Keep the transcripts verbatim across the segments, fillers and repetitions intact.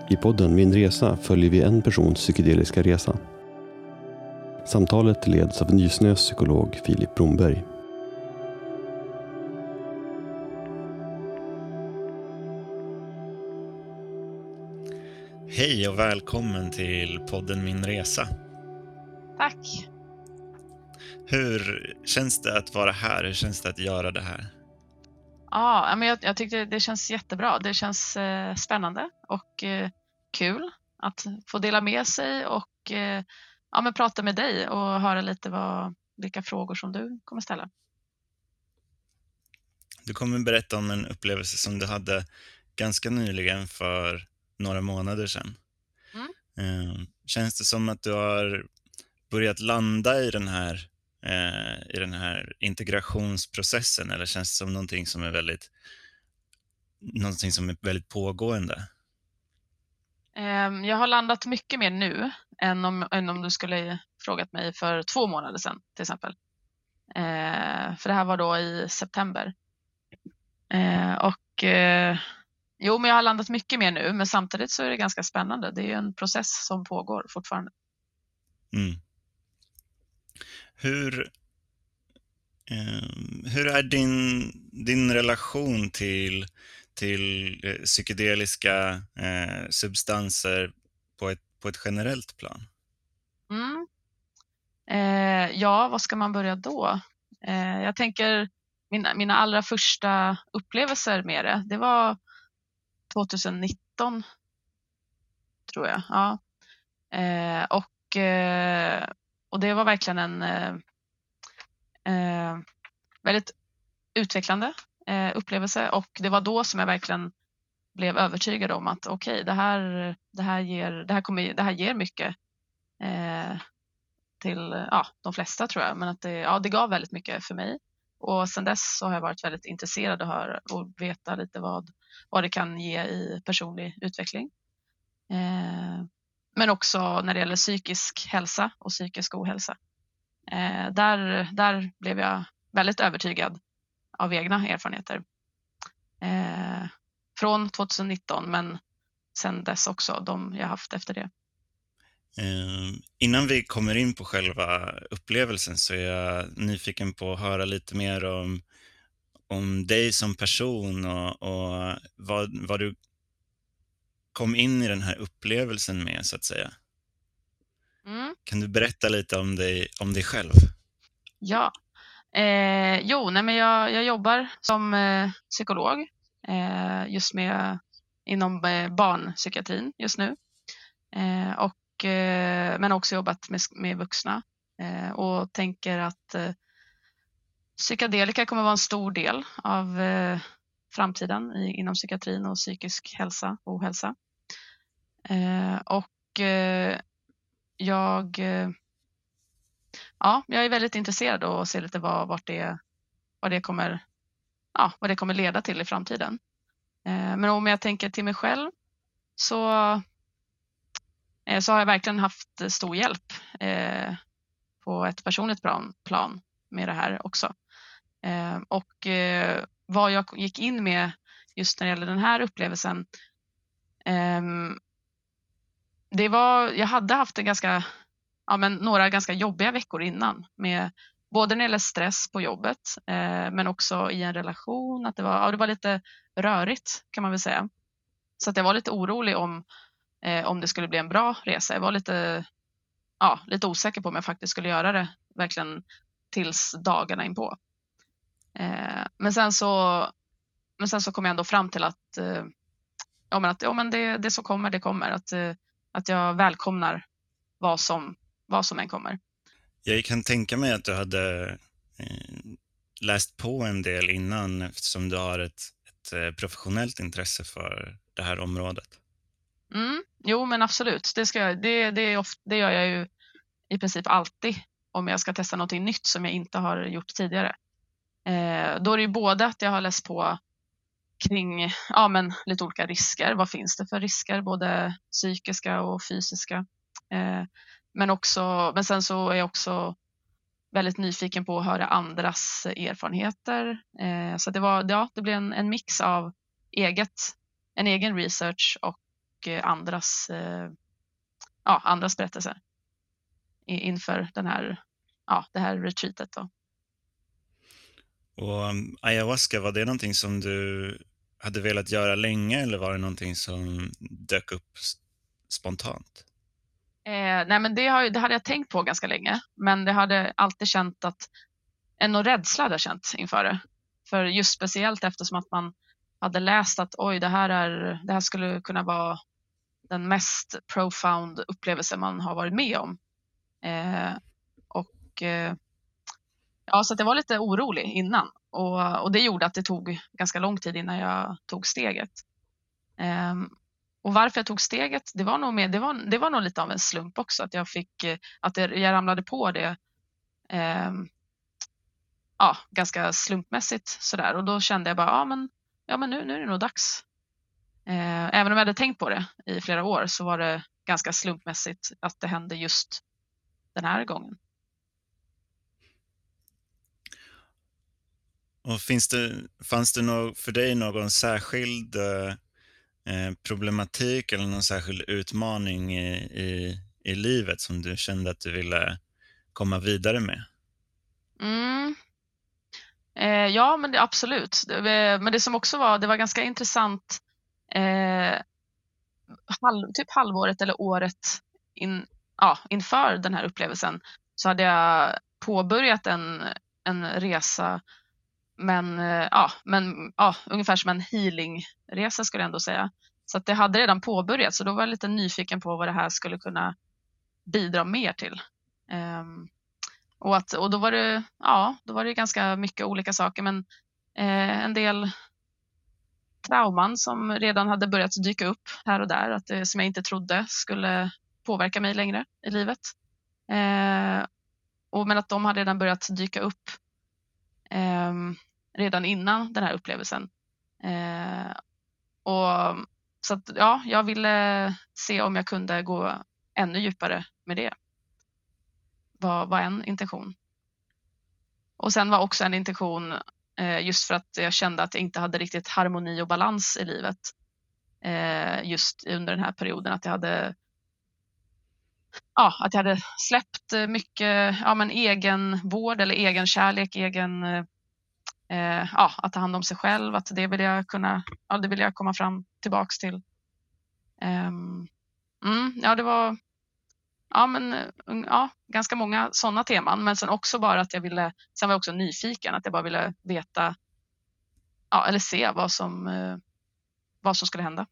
I podden Min resa följer vi en persons psykedeliska resa. Samtalet leds av Nysnös psykolog Filip Bromberg. Hej och välkommen till podden Min resa. Tack. Hur känns det att vara här? Hur känns det att göra det här? Ja, men jag, jag tyckte det känns jättebra. Det känns eh, spännande och eh, kul att få dela med sig och eh, ja, men prata med dig och höra lite vad, vilka frågor som du kommer ställa. Du kommer berätta om en upplevelse som du hade ganska nyligen för några månader sedan. Mm. Eh, känns det som att du har börjat landa i den här eh, i den här integrationsprocessen, eller känns det som någonting som är väldigt någonting som är väldigt pågående? Eh, jag har landat mycket mer nu än om, än om du skulle frågat mig för två månader sedan till exempel. Eh, för det här var då i september. Eh, och eh, jo, men jag har landat mycket mer nu, men samtidigt så är det ganska spännande. Det är ju en process som pågår fortfarande. Mm. Hur, eh, hur är din, din relation till, till eh, psykedeliska eh, substanser på ett, på ett generellt plan? Mm. Eh, ja, vad ska man börja då? Eh, jag tänker mina, mina allra första upplevelser med det, det var tjugonitton tror jag. Ja. Eh, och, eh, och det var verkligen en eh, eh, väldigt utvecklande eh, upplevelse, och det var då som jag verkligen blev övertygad om att okej, okay, det här, det här ger, det här kommer, det här ger mycket eh, till ja, de flesta tror jag, men att det, ja, det gav väldigt mycket för mig. Och sen dess så har jag varit väldigt intresserad av att höra och veta lite vad, vad det kan ge i personlig utveckling. Eh, men också när det gäller psykisk hälsa och psykisk ohälsa. Eh, där, där blev jag väldigt övertygad av egna erfarenheter. Eh, från tjugonitton, men sen dess också de jag haft efter det. Eh, innan vi kommer in på själva upplevelsen så är jag nyfiken på att höra lite mer om, om dig som person och, och vad, vad du kom in i den här upplevelsen med, så att säga. Mm. Kan du berätta lite om dig, om dig själv? Ja, eh, jo, nej, men jag, jag jobbar som eh, psykolog eh, just med inom eh, barnpsykiatrin just nu. Eh, och, eh, men också jobbat med, med vuxna eh, och tänker att eh, psykedelika kommer vara en stor del av eh, framtiden i, inom psykiatrin och psykisk hälsa och ohälsa. Eh, och eh, jag, eh, ja, jag är väldigt intresserad och ser lite vad, vart det, vad, det kommer, ja, vad det kommer leda till i framtiden. Eh, men om jag tänker till mig själv så så har jag verkligen haft stor hjälp eh, på ett personligt plan, plan med det här också. Eh, och eh, vad jag gick in med just när det gäller den här upplevelsen, eh, det var, jag hade haft en ganska, ja, men några ganska jobbiga veckor innan, med både när det gäller stress på jobbet eh, men också i en relation, att det var, ja, det var lite rörigt kan man väl säga. Så att jag var lite orolig om Eh, om det skulle bli en bra resa. Jag var lite, ja, lite osäker på om jag faktiskt skulle göra det verkligen tills dagarna inpå. Eh, men sen så men sen så kom jag ändå fram till att, eh, ja, men att ja, men det, det som kommer, det kommer. Att, eh, att jag välkomnar vad som, vad som än kommer. Jag kan tänka mig att du hade eh, läst på en del innan, eftersom du har ett, ett eh, professionellt intresse för det här området. Mm, jo, men absolut. Det, ska jag, det, det, är ofta, det gör jag ju i princip alltid om jag ska testa något nytt som jag inte har gjort tidigare. Eh, då är det ju både att jag har läst på kring ja, men lite olika risker. Vad finns det för risker? Både psykiska och fysiska. Eh, men, också, men sen så är jag också väldigt nyfiken på att höra andras erfarenheter. Eh, så det, var, ja, det blev en, en mix av eget, en egen research och och eh, andras, eh, ja, andras berättelser i- inför den här, ja, det här retreatet då. Och um, ayahuasca, var det någonting som du hade velat göra länge eller var det någonting som dök upp s- spontant? Eh, nej men det, har, ju- det hade jag tänkt på ganska länge, men det hade alltid känt att en och rädsla hade jag känt inför det. För just speciellt eftersom att man hade läst att oj, det här, är, det här skulle kunna vara den mest profound upplevelse man har varit med om. Eh, och eh, ja, så att jag var lite orolig innan. Och, och det gjorde att det tog ganska lång tid innan jag tog steget. Eh, och varför jag tog steget, det var nog, med, det var, det var nog lite av en slump också. Att jag, fick, eh, att det, jag ramlade på det eh, ja, ganska slumpmässigt. Sådär. Och då kände jag bara, ja men, ja, men nu, nu är det nog dags. Eh, även om jag hade tänkt på det i flera år så var det ganska slumpmässigt att det hände just den här gången. Och finns det, fanns det nå- för dig någon särskild eh, eh, problematik eller någon särskild utmaning i, i, i livet som du kände att du ville komma vidare med? Mm. Eh, ja, men det, absolut. Det, men det som också var, det var ganska intressant eh, halv, typ halvåret eller året in, ja, inför den här upplevelsen så hade jag påbörjat en, en resa men, eh, ja, men ja, ungefär som en healingresa skulle jag ändå säga. Så att det hade redan påbörjat så då var jag lite nyfiken på vad det här skulle kunna bidra mer till. Um, och, att, och då var det, ja, då var det ganska mycket olika saker men eh, en del trauman som redan hade börjat dyka upp här och där, att det, som jag inte trodde skulle påverka mig längre i livet. Eh, och, men att de hade redan börjat dyka upp eh, redan innan den här upplevelsen. Eh, och, så att, ja, jag ville se om jag kunde gå ännu djupare med det. Var, var en intention. Och sen var också en intention eh, just för att jag kände att jag inte hade riktigt harmoni och balans i livet. Eh, just under den här perioden. Att jag hade, ja, att jag hade släppt mycket ja, men egen vård eller egen kärlek, egen, eh, ja, att ta hand om sig själv. Att det vill jag kunna, ja, det vill jag komma fram tillbaks till. Um, mm, ja, det var ja, men, ja, ganska många sådana teman. Men sen också bara att jag ville, sen var jag också nyfiken. Att jag bara ville veta, ja, eller se vad som, eh, vad som skulle hända.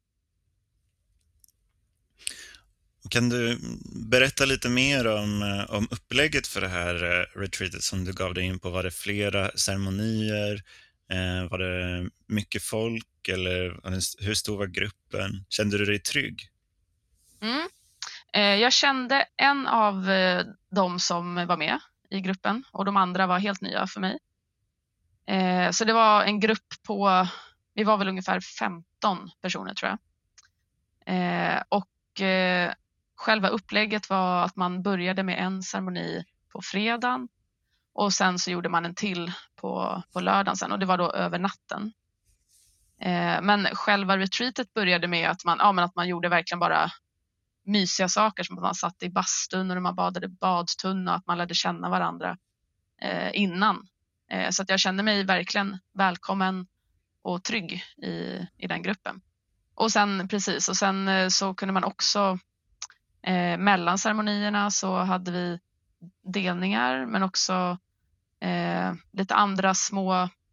Kan du berätta lite mer om, eh, om upplägget för det här eh, retreatet som du gav dig in på? Var det flera ceremonier? Eh, var det mycket folk? Eller var det, hur stor var gruppen? Kände du dig trygg? Mm. Eh, jag kände en av eh, de som var med i gruppen och de andra var helt nya för mig. Eh, så det var en grupp på, vi var väl ungefär femton personer tror jag. Eh, och eh, själva upplägget var att man började med en ceremoni på fredagen och sen så gjorde man en till på, på lördagen sen och det var då över natten. Eh, men själva retreatet började med att man, ja, men att man gjorde verkligen bara mysiga saker som att man satt i bastun och man badade badtunna och att man lärde känna varandra eh, innan. Eh, så att jag kände mig verkligen välkommen och trygg i, i den gruppen. Och sen precis, och sen eh, så kunde man också eh, mellan ceremonierna så hade vi delningar men också eh, lite andra små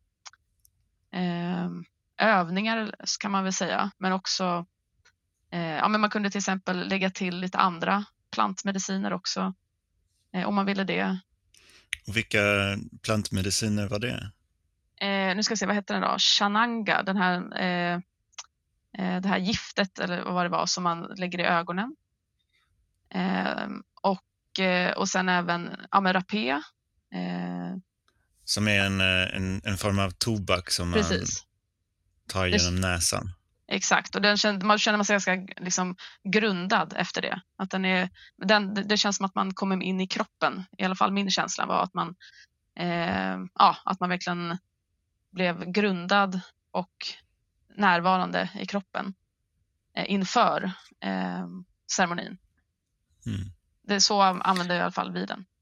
eh, övningar kan man väl säga. Men också eh, ja, men man kunde till exempel lägga till lite andra plantmediciner också eh, om man ville det. Och vilka plantmediciner var det? Eh, nu ska jag se, vad heter den då? Shananga, den här, eh, eh, det här giftet eller vad det var som man lägger i ögonen. Eh, och, eh, och sen även ja, men rapé. Eh, Som är en, eh, en, en form av tobak som precis. man tar genom näsan. Exakt, och den känner, man känner man sig ganska liksom grundad efter det. Att den är, den, det känns som att man kommer in i kroppen. I alla fall min känsla var att man, eh, ja, att man verkligen blev grundad och närvarande i kroppen. eh, inför eh, ceremonin. Mm. Det är så använder jag i alla fall vid den.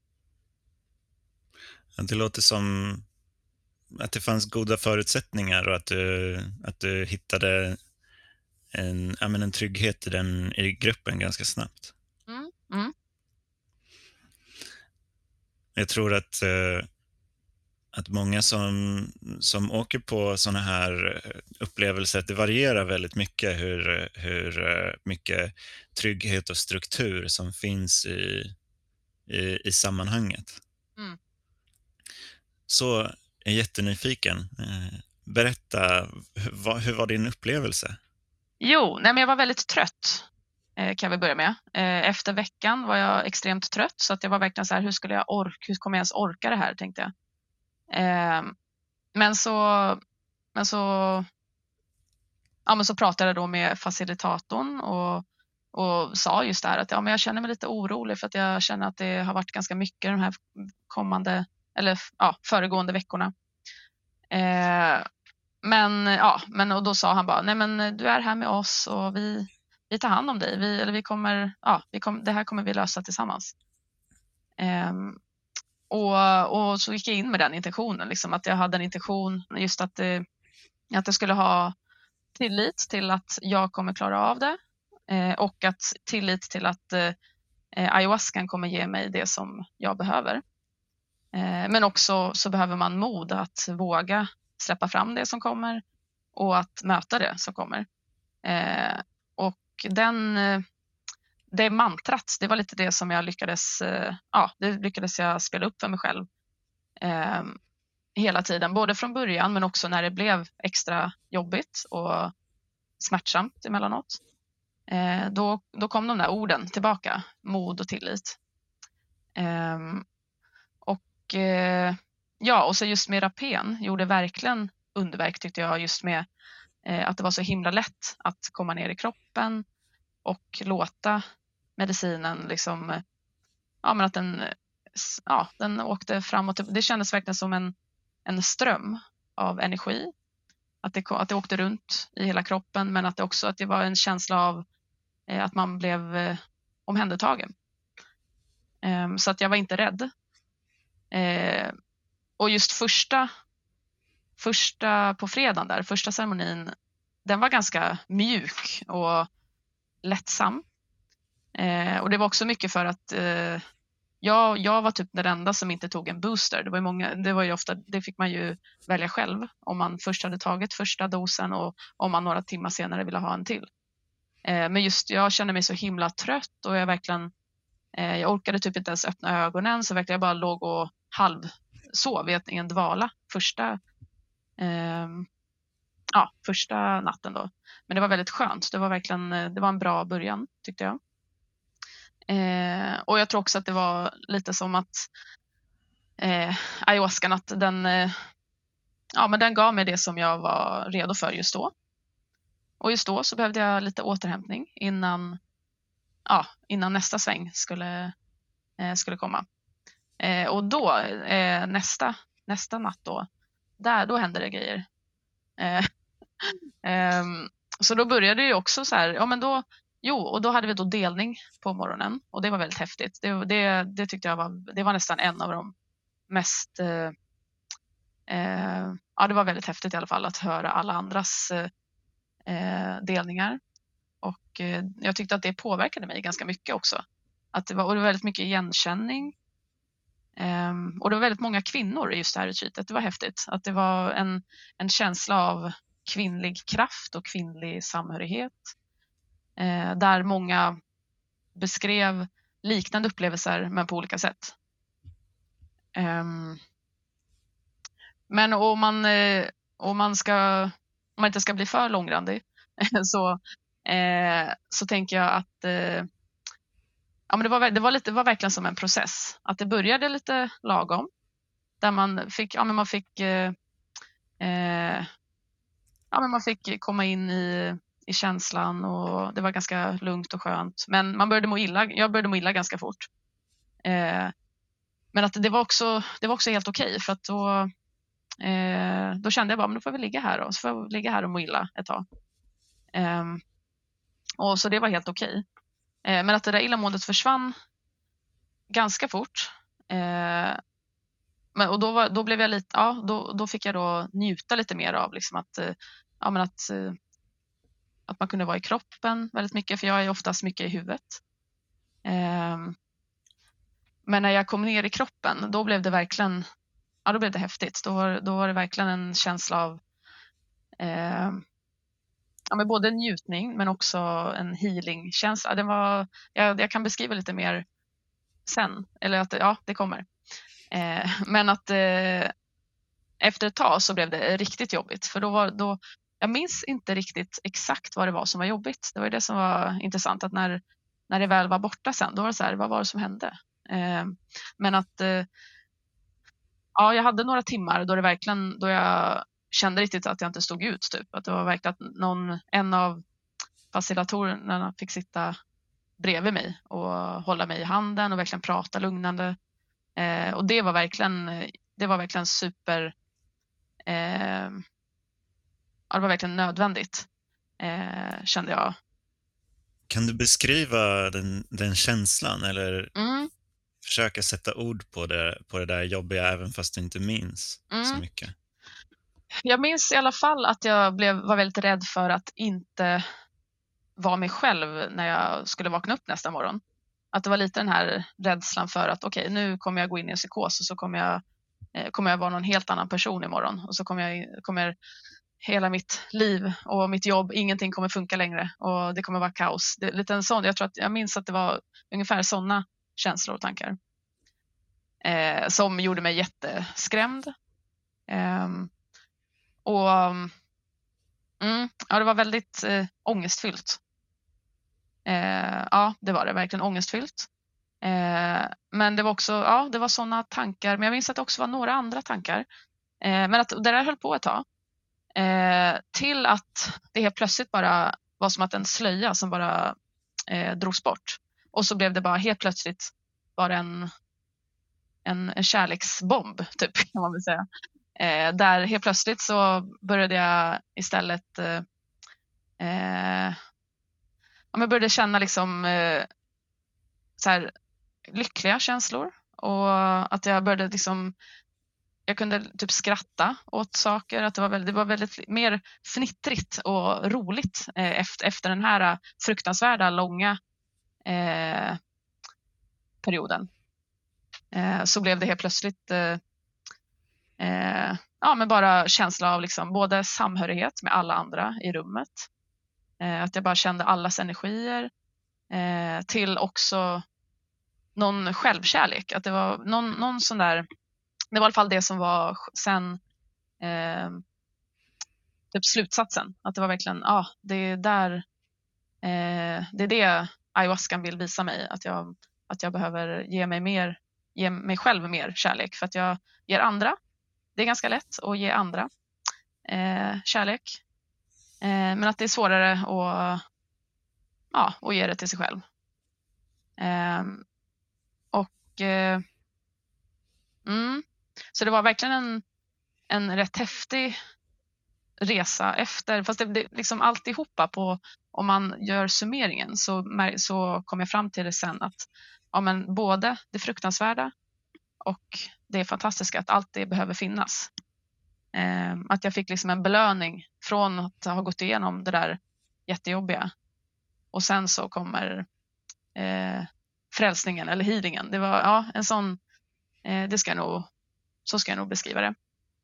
Det låter som att det fanns goda förutsättningar och att du, att du hittade en, ja, men en trygghet i, den, i gruppen ganska snabbt. Mm. Mm. Jag tror att, eh, att många som, som åker på såna här upplevelser, det varierar väldigt mycket hur, hur mycket trygghet och struktur som finns i, i, i sammanhanget. Mm. Så jag är jättenyfiken. Eh, berätta, hur var, hur var din upplevelse? Jo, nej men jag var väldigt trött eh, kan vi börja med. Eh, efter veckan var jag extremt trött så att jag var verkligen så här, hur skulle jag orka, hur kommer jag ens orka det här, tänkte jag. Eh, men så men så ja men så pratade jag då med facilitatorn och och sa just det här att ja men jag känner mig lite orolig för att jag känner att det har varit ganska mycket de här kommande eller ja föregående veckorna. Eh, Men ja, men och då sa han bara, nej men du är här med oss och vi, vi tar hand om dig. Vi, eller vi kommer, ja, vi kom, det här kommer vi lösa tillsammans. Um, och, och så gick jag in med den intentionen, liksom, att jag hade en intention just att, eh, att jag skulle ha tillit till att jag kommer klara av det eh, och att tillit till att eh, ayahuascan kommer ge mig det som jag behöver. Eh, men också så behöver man mod att våga släppa fram det som kommer och att möta det som kommer. Eh, och den, det mantrat, det var lite det som jag lyckades, eh, ja, det lyckades jag spela upp för mig själv eh, hela tiden, både från början men också när det blev extra jobbigt och smärtsamt emellanåt. Eh, då, då kom de där orden tillbaka, mod och tillit. Eh, och eh, Ja, och så just med rapen gjorde verkligen underverk tyckte jag, just med eh, att det var så himla lätt att komma ner i kroppen och låta medicinen liksom, ja men att den, ja, den åkte framåt. Det kändes verkligen som en, en ström av energi. Att det, att det åkte runt i hela kroppen, men att det också att det var en känsla av eh, att man blev eh, omhändertagen. Eh, så att jag var inte rädd. Eh, Och just första, första på fredagen där, första ceremonin, den var ganska mjuk och lättsam. Eh, och det var också mycket för att eh, jag, jag var typ den enda som inte tog en booster. Det var ju många, det var ju ofta, det fick man ju välja själv om man först hade tagit första dosen och om man några timmar senare ville ha en till. Eh, men just jag kände mig så himla trött och jag verkligen, eh, jag orkade typ inte ens öppna ögonen, så verkligen jag bara låg och halv sov i en dvala första, eh, ja, första natten då. Men det var väldigt skönt. Det var verkligen, det var en bra början tyckte jag. Eh, och jag tror också att det var lite som att eh, ayahuascan, att den, eh, ja, men den gav mig det som jag var redo för just då. Och just då så behövde jag lite återhämtning innan, ja, innan nästa sväng skulle, eh, skulle komma. Eh, och då, eh, nästa, nästa natt då, där, då hände det grejer. Eh, eh, så då började det ju också så här, ja men då, jo, och då hade vi då delning på morgonen och det var väldigt häftigt. Det, det, det tyckte jag var, det var nästan en av de mest, eh, eh, ja det var väldigt häftigt i alla fall att höra alla andras eh, delningar. Och eh, jag tyckte att det påverkade mig ganska mycket också. Att det var, och det var väldigt mycket igenkänning. Um, och det var väldigt många kvinnor i just det här retreatet. Det var häftigt. Att det var en, en känsla av kvinnlig kraft och kvinnlig samhörighet. Uh, där många beskrev liknande upplevelser men på olika sätt. Um, men om man, uh, om man ska, om man inte ska bli för långrandig så, uh, så tänker jag att uh, ja, men det, var, det, var lite, det var verkligen som en process. Att det började lite lagom. Där man fick, ja, men man fick, eh, eh, ja, men man fick komma in i, i känslan och det var ganska lugnt och skönt. Men man började må illa, jag började må illa ganska fort. Eh, men att det var också, det var också helt okej. Okay, för att då, eh, då kände jag bara, men då får vi ligga här då. Så får jag ligga här och må illa ett tag. Eh, Och så det var helt okej. Eh, men att det där illamåendet försvann ganska fort. Eh, men, och då, var, då blev jag lite, ja, då, då fick jag då njuta lite mer av liksom att, eh, ja, men att, eh, att man kunde vara i kroppen väldigt mycket, för jag är oftast mycket i huvudet. Eh, men när jag kom ner i kroppen, då blev det verkligen, ja, då blev det häftigt. Då var, då var det verkligen en känsla av eh, ja, men både njutning men också en healing-känsla. Det var, jag, jag kan beskriva lite mer sen, eller att ja, det kommer. Eh, men att eh, efter ett tag så blev det riktigt jobbigt, för då var då jag minns inte riktigt exakt vad det var som var jobbigt. Det var ju det som var intressant, att när när det väl var borta sen, då var det så här, vad var det som hände? Eh, men att eh, ja, jag hade några timmar då det verkligen, då jag kände riktigt att jag inte stod ut, typ att det var verkligen att någon, en av facilitatorerna fick sitta bredvid mig och hålla mig i handen och verkligen prata lugnande. Eh, och det var verkligen, det var verkligen super, eh, ja, det var verkligen nödvändigt, eh, kände jag. Kan du beskriva den, den känslan eller Mm, försöka sätta ord på det, på det där jobbiga, även fast du inte minns så mm. mycket? Jag minns i alla fall att jag blev, var väldigt rädd för att inte vara mig själv när jag skulle vakna upp nästa morgon. Att det var lite den här rädslan för att okej, okay, nu kommer jag gå in i en psykos och så kommer jag, eh, kommer jag vara någon helt annan person imorgon. Och så kommer, jag, kommer hela mitt liv och mitt jobb, ingenting kommer funka längre och det kommer vara kaos. Det är lite en sån, jag tror att jag minns att det var ungefär sådana känslor och tankar. Eh, som gjorde mig jätteskrämd. Eh, och mm, ja, det var väldigt eh, ångestfyllt. Eh, ja, det var det, verkligen ångestfyllt. Eh, men det var också, ja, det var sådana tankar. Men jag minns att det också var några andra tankar. Eh, men att det där höll på ett tag. Eh, till att det helt plötsligt bara var som att en slöja som bara eh, drogs bort. Och så blev det bara helt plötsligt bara en, en, en kärleksbomb, typ, kan man väl säga. Eh, där helt plötsligt så började jag istället eh, eh, ja, jag började känna liksom eh, så här, lyckliga känslor, och att jag började liksom, jag kunde typ skratta åt saker, att det var väldigt, det var väldigt mer fnittrigt och roligt eh, efter, efter den här fruktansvärda långa eh, perioden. Eh, så blev det helt plötsligt eh, eh, ja, men bara känsla av liksom både samhörighet med alla andra i rummet, eh, att jag bara kände allas energier, eh, till också någon självkärlek, att det var någon, någon sån där, det var i alla fall det som var sen eh, typ slutsatsen, att det var verkligen, ja, ah, det är där eh, det är det ayahuascan vill visa mig, att jag, att jag behöver ge mig mer, ge mig själv mer kärlek, för att jag ger andra, det är ganska lätt att ge andra eh, kärlek, eh, men att det är svårare att, ja, att ge det till sig själv. Eh, och eh, mm, så det var verkligen en, en rätt häftig resa efter, fast det, det liksom alltihopa på, om man gör summeringen så, så kom jag fram till det sen att ja, men både det fruktansvärda och det fantastiska, att allt det behöver finnas. Eh, att jag fick liksom en belöning från att ha gått igenom det där jättejobbiga, och sen så kommer eh, frälsningen eller healingen. Det var ja, en sån, eh, det ska jag nog, så ska jag nog beskriva det.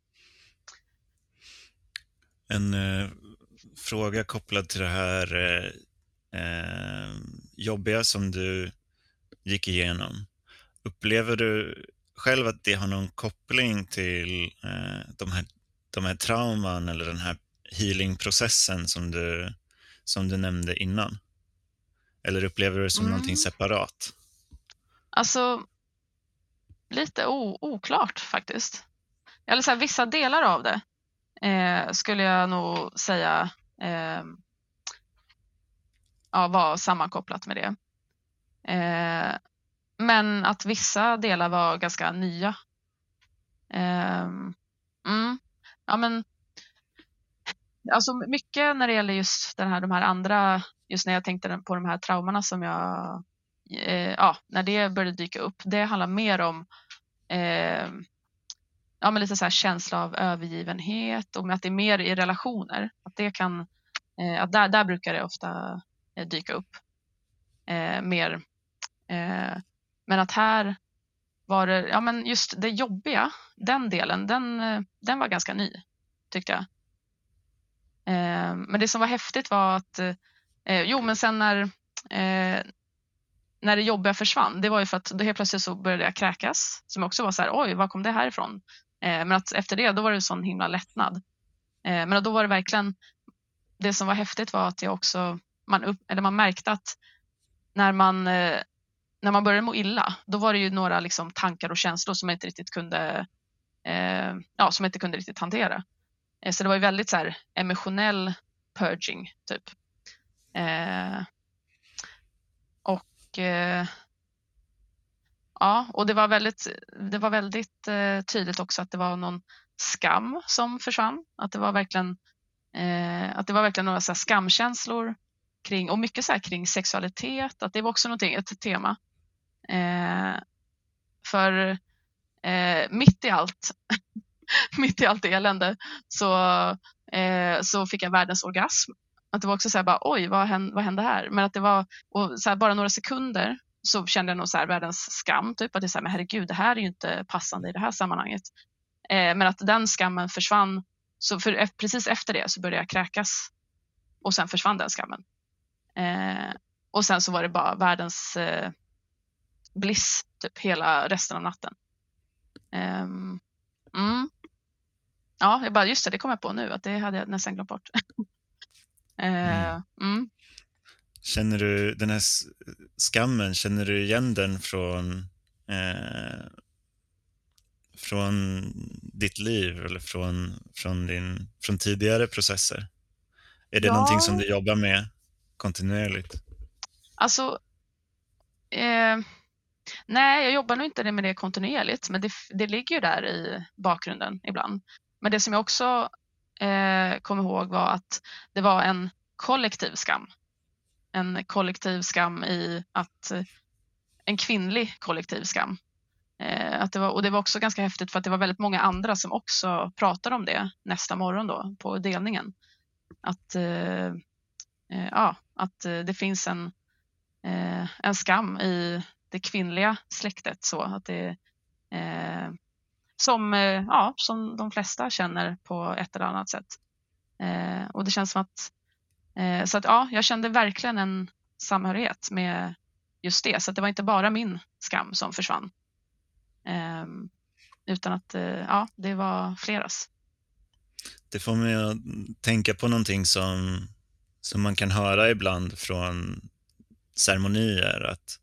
En eh, fråga kopplad till det här eh, jobbiga som du gick igenom. Upplever du själv att det har någon koppling till eh, de, här, de här trauman eller den här healingprocessen som du, som du nämnde innan? Eller upplever du det som mm. någonting separat? Alltså, lite o- oklart faktiskt. Eller så här, vissa delar av det eh, skulle jag nog säga eh, ja, var sammankopplat med det. Eh, men att vissa delar var ganska nya. Eh, mm, ja, men alltså mycket när det gäller just den här, de här andra just när jag tänkte på de här traumorna som jag, eh, ja, när det började dyka upp, det handlar mer om eh, ja, men lite så här känsla av övergivenhet och med att det är mer i relationer. Att det kan, eh, att där, där brukar det ofta eh, dyka upp eh, mer. Eh, men att här var det, ja men just det jobbiga, den delen, den, eh, den var ganska ny, tyckte jag. Eh, men det som var häftigt var att, eh, jo men sen när, eh, när det jobbiga försvann, det var ju för att då helt plötsligt så började jag kräkas, som också var så här, oj, var kom det här ifrån? Eh, men att efter det, då var det en sån himla lättnad. Eh, men då var det verkligen, det som var häftigt var att jag också, man, upp, eller man märkte att när man, eh, när man började må illa, då var det ju några liksom tankar och känslor som jag inte riktigt kunde, eh, ja, som jag inte kunde riktigt hantera. Eh, så det var ju väldigt så här emotionell purging, typ. Eh, och eh, ja, och det var väldigt, det var väldigt eh, tydligt också att det var någon skam som försvann. Att det var verkligen, eh, att det var verkligen några så här skamkänslor kring, och mycket så här kring sexualitet. Att det var också någonting, ett tema. Eh, för eh, mitt i allt, mitt i allt elände så, eh, så fick jag världens orgasm. Att det var också så här bara, oj, vad hände, vad hände här? Men att det var, och så här, bara några sekunder så kände jag nog så här världens skam, typ att det är så här, men herregud, det här är ju inte passande i det här sammanhanget. Eh, men att den skammen försvann, så för, precis efter det så började jag kräkas och sen försvann den skammen. Eh, och sen så var det bara världens eh, bliss typ hela resten av natten. Eh, mm. Ja, jag bara, just det, det kom jag på nu, att det hade jag nästan glömt bort. eh, Mm. Mm. Känner du den här skammen, känner du igen den från eh, från ditt liv eller från, från, din, från tidigare processer? Är det Ja. någonting som du jobbar med kontinuerligt? Alltså, eh, nej, jag jobbar nog inte med det kontinuerligt, men det, det ligger ju där i bakgrunden ibland. Men det som jag också eh, kom ihåg var att det var en kollektiv skam. En kollektiv skam i att, eh, en kvinnlig kollektiv skam. Eh, att det var, och det var också ganska häftigt för att det var väldigt många andra som också pratade om det nästa morgon då på delningen. Att, eh, eh, ja, att eh, det finns en, eh, en skam i det kvinnliga släktet, så att det eh, som, eh, ja, som de flesta känner på ett eller annat sätt. Eh, och det känns som att, eh, så att ja, jag kände verkligen en samhörighet med just det. Så att det var inte bara min skam som försvann. Eh, utan att, eh, ja, det var fleras. Det får mig att tänka på någonting som, som man kan höra ibland från ceremonier, att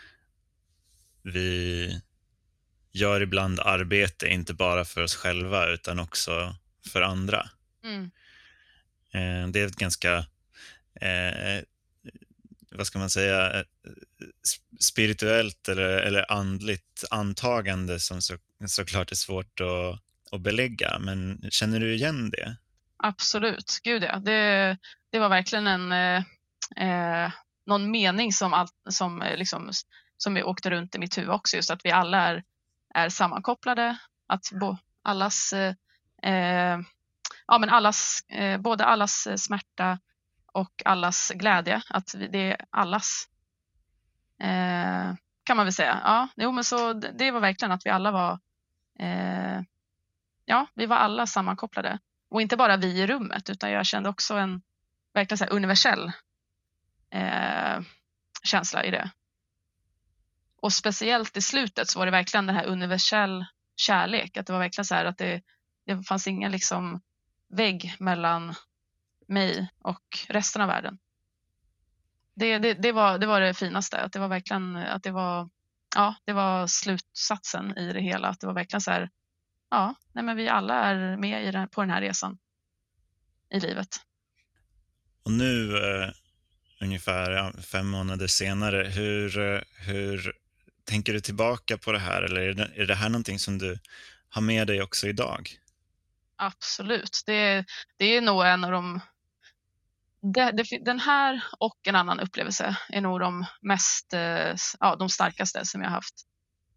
vi gör ibland arbete inte bara för oss själva utan också för andra. Mm. Eh, det är ett ganska, eh, vad ska man säga, eh, spirituellt eller, eller andligt antagande som så, såklart är svårt att, att belägga. Men känner du igen det? Absolut, gud ja. Det, det var verkligen en eh, eh, någon mening som, all, som, eh, liksom, som vi åkte runt i mitt huvud också, just att vi alla är, är sammankopplade, att bo, allas, eh, eh, ja, men allas eh, både allas smärta och allas glädje, att vi, det är allas, eh, kan man väl säga. Ja, jo, men så det, det var verkligen att vi alla var, eh, ja, vi var alla sammankopplade. Och inte bara vi i rummet, utan jag kände också en verkligen så här universell eh, känsla i det. Och speciellt i slutet så var det verkligen den här universell kärlek. Att det var verkligen så här att det, det fanns ingen liksom vägg mellan mig och resten av världen. Det, det, det, var, det var det finaste. Att det var verkligen, att det var, ja, det var slutsatsen i det hela. Att det var verkligen så här, ja, nej, men vi alla är med i den, på den här resan i livet. Och nu, eh, ungefär ja, fem månader senare, hur, eh, hur tänker du tillbaka på det här? Eller är det, är det här någonting som du har med dig också idag? Absolut. Det, det är nog en av de det, det, den här och en annan upplevelse är nog de mest, eh, ja, de starkaste som jag har haft.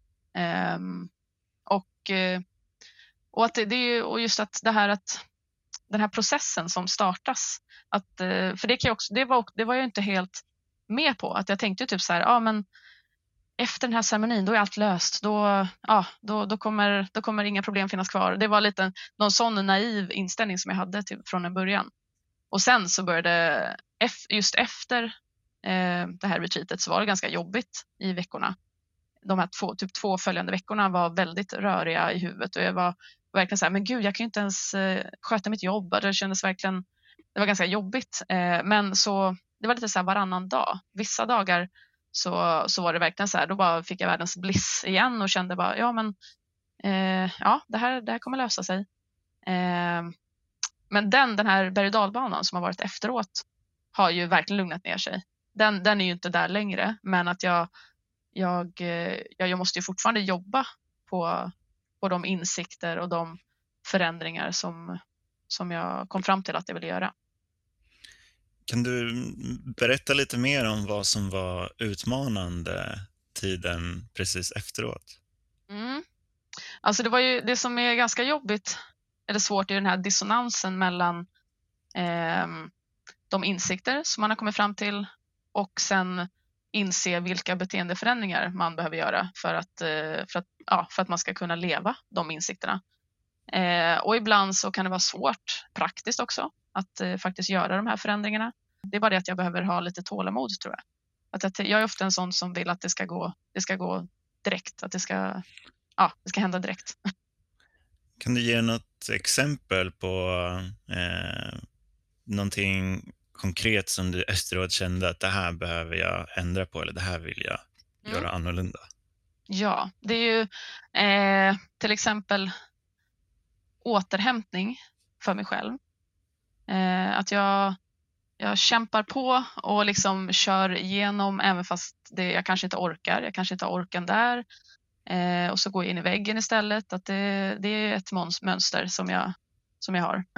Um, och, eh, och, att det, det är ju, och just att det här att den här processen som startas, att, eh, för det, kan jag också, det, var, det var jag inte helt med på. Att jag tänkte ju typ så här, ja men efter den här ceremonin då är allt löst. Då, ja, då, då, kommer, då kommer inga problem finnas kvar. Det var lite någon sån naiv inställning som jag hade typ, från en början. Och sen så började, just efter eh, det här retreatet så var det ganska jobbigt i veckorna. De här två, typ två följande veckorna var väldigt röriga i huvudet och jag var verkligen så här, men gud, jag kan ju inte ens eh, sköta mitt jobb. Det kändes verkligen, det var ganska jobbigt. Eh, men så, det var lite så här varannan dag. Vissa dagar så, så var det verkligen så här, då bara fick jag världens bliss igen och kände bara, ja men, eh, ja, det här, det här kommer lösa sig. Eh, men den, den här berg- och dalbanan som har varit efteråt har ju verkligen lugnat ner sig. Den, den är ju inte där längre, men att jag, jag, eh, jag måste ju fortfarande jobba på, på de insikter och de förändringar som, som jag kom fram till att jag ville göra. Kan du berätta lite mer om vad som var utmanande tiden precis efteråt? Mm. Alltså det var ju det som är ganska jobbigt eller svårt i den här dissonansen mellan eh, de insikter som man har kommit fram till och sen inse vilka beteendeförändringar man behöver göra för att, eh, för att, ja, för att man ska kunna leva de insikterna. Eh, och ibland så kan det vara svårt praktiskt också att eh, faktiskt göra de här förändringarna. Det är bara det att jag behöver ha lite tålamod, tror jag. Att jag, jag är ofta en sån som vill att det ska gå, det ska gå direkt, att det ska, ja, det ska hända direkt. Kan du ge något exempel på eh, någonting konkret som du efteråt kände att det här behöver jag ändra på eller det här vill jag Mm. göra annorlunda? Ja, det är ju eh, till exempel återhämtning för mig själv. Eh, att jag, jag kämpar på och liksom kör igenom även fast det, jag kanske inte orkar. Jag kanske inte har orken där. Eh, och så går jag in i väggen istället. Att det, det är ett mönster som jag, som jag har.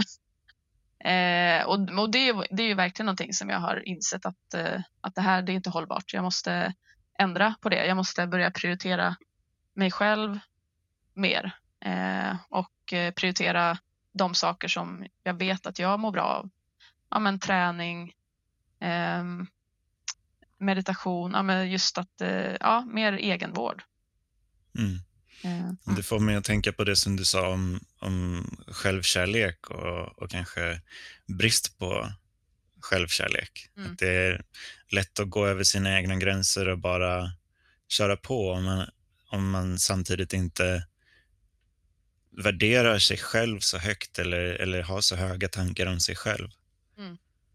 eh, och och det, det är ju verkligen någonting som jag har insett att, eh, att det här det är inte hållbart. Jag måste ändra på det. Jag måste börja prioritera mig själv mer. Eh, och eh, prioritera de saker som jag vet att jag mår bra av. Ja, men träning, eh, meditation, ja, men just att, eh, ja, mer egenvård. Mm. Eh, Det får mig att tänka på det som du sa om, om självkärlek och, och kanske brist på självkärlek. Mm. Att det är lätt att gå över sina egna gränser och bara köra på om man, om man samtidigt inte värderar sig själv så högt eller, eller har så höga tankar om sig själv. Mm.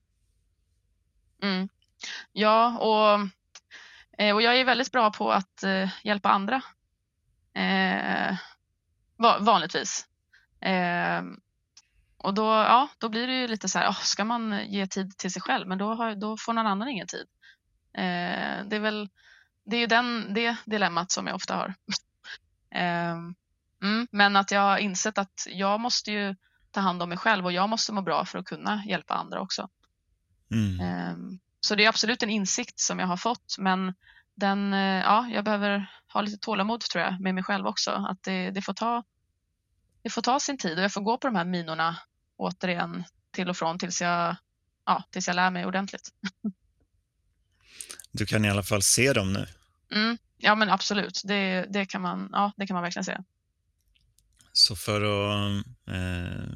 Mm. Ja, och, eh, och jag är väldigt bra på att eh, hjälpa andra. Eh, va- vanligtvis. Eh, och då, ja, då blir det ju lite så här, oh, ska man ge tid till sig själv? Men då, har, då får någon annan ingen tid. Eh, det är väl det är ju den, det dilemmat som jag ofta har. eh, mm, men att jag har insett att jag måste ju ta hand om mig själv och jag måste må bra för att kunna hjälpa andra också. Mm. Eh, så det är absolut en insikt som jag har fått, men den, eh, ja, jag behöver ha lite tålamod, tror jag, med mig själv också. Att det, det, får ta, det får ta sin tid och jag får gå på de här minorna återigen till och från tills jag, ja, tills jag lär mig ordentligt. Du kan i alla fall se dem nu. Mm, ja, men absolut. Det, det, kan man, ja, det kan man verkligen säga. Så för att eh,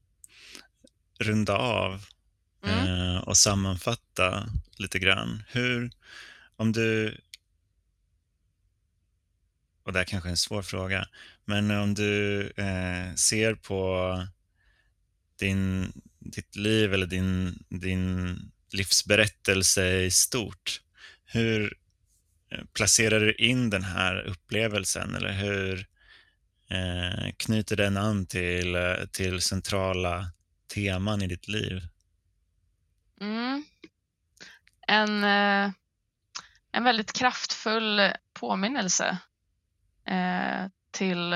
runda av Mm. eh, och sammanfatta lite grann. Hur, om du, och det här kanske är en svår fråga, men om du eh, ser på din, ditt liv eller din, din livsberättelse i stort, hur placerar du in den här upplevelsen eller hur eh, knyter den an till, till centrala teman i ditt liv? Mm. En, eh, en väldigt kraftfull påminnelse eh, till,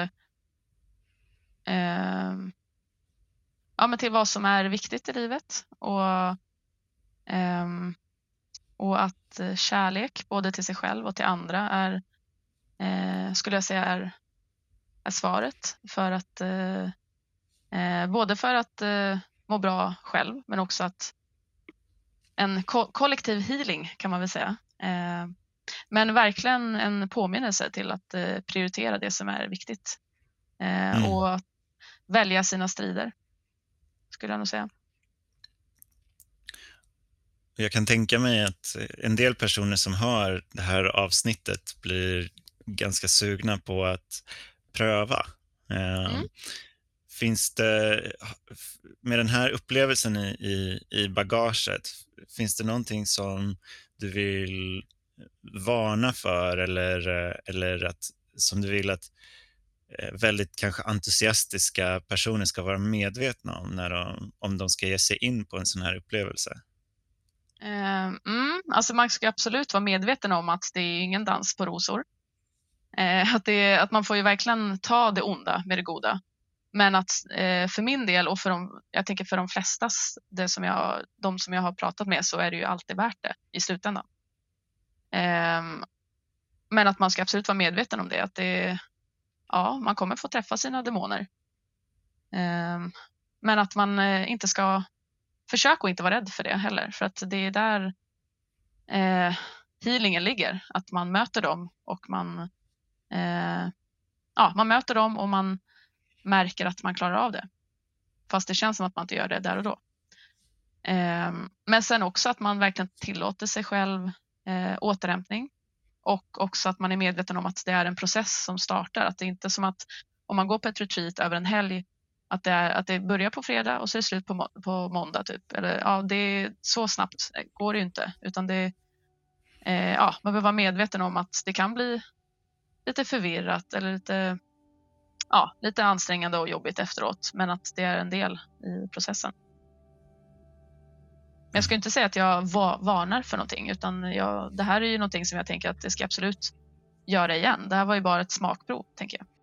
eh, ja, men till vad som är viktigt i livet och Ehm, och att eh, kärlek både till sig själv och till andra är, eh, skulle jag säga, är, är svaret. För att, eh, eh, både för att eh, må bra själv, men också att en ko- kollektiv healing kan man väl säga. Eh, men verkligen en påminnelse till att eh, prioritera det som är viktigt. Eh, Mm. och att välja sina strider, skulle jag nog säga. Jag kan tänka mig att en del personer som hör det här avsnittet blir ganska sugna på att pröva. Eh, Mm. Finns det, med den här upplevelsen i, i, i bagaget, finns det någonting som du vill varna för eller, eller att, som du vill att eh, väldigt kanske entusiastiska personer ska vara medvetna om när de, om de ska ge sig in på en sån här upplevelse? Eh, mm, alltså man ska absolut vara medveten om att det är ingen dans på rosor. Eh, att, det, att man får ju verkligen ta det onda med det goda. Men att eh, för min del och för de, jag tänker för de flesta, det som jag, de som jag har pratat med, så är det ju alltid värt det i slutändan. Eh, men att man ska absolut vara medveten om det. Att det, ja, man kommer få träffa sina demoner. Eh, men att man eh, inte ska försöka att inte vara rädd för det heller. För att det är där eh, healingen ligger. Att man möter dem och man, eh, ja, man möter dem och man märker att man klarar av det. Fast det känns som att man inte gör det där och då. Eh, men sen också att man verkligen tillåter sig själv eh, återhämtning. Och också att man är medveten om att det är en process som startar. Att det inte är som att om man går på ett retreat över en helg, att det, är, att det börjar på fredag och så är det slut på, må- på måndag typ. Eller, ja, det är så snabbt går det ju inte. Utan det, eh, ja, man behöver vara medveten om att det kan bli lite förvirrat eller lite, ja, lite ansträngande och jobbigt efteråt. Men att det är en del i processen. Men jag ska inte säga att jag va- varnar för någonting. Utan jag, det här är ju någonting som jag tänker att det ska absolut göra igen. Det här var ju bara ett smakprov, tänker jag.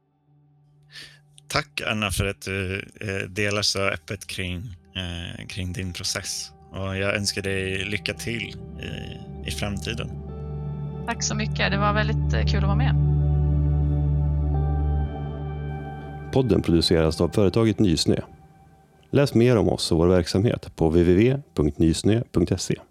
Tack Anna för att du eh, delar så öppet kring, eh, kring din process. Och jag önskar dig lycka till i, i framtiden. Tack så mycket. Det var väldigt eh, kul att vara med. Podden produceras av företaget Nysnö. Läs mer om oss och vår verksamhet på w w w punkt nysnö punkt se.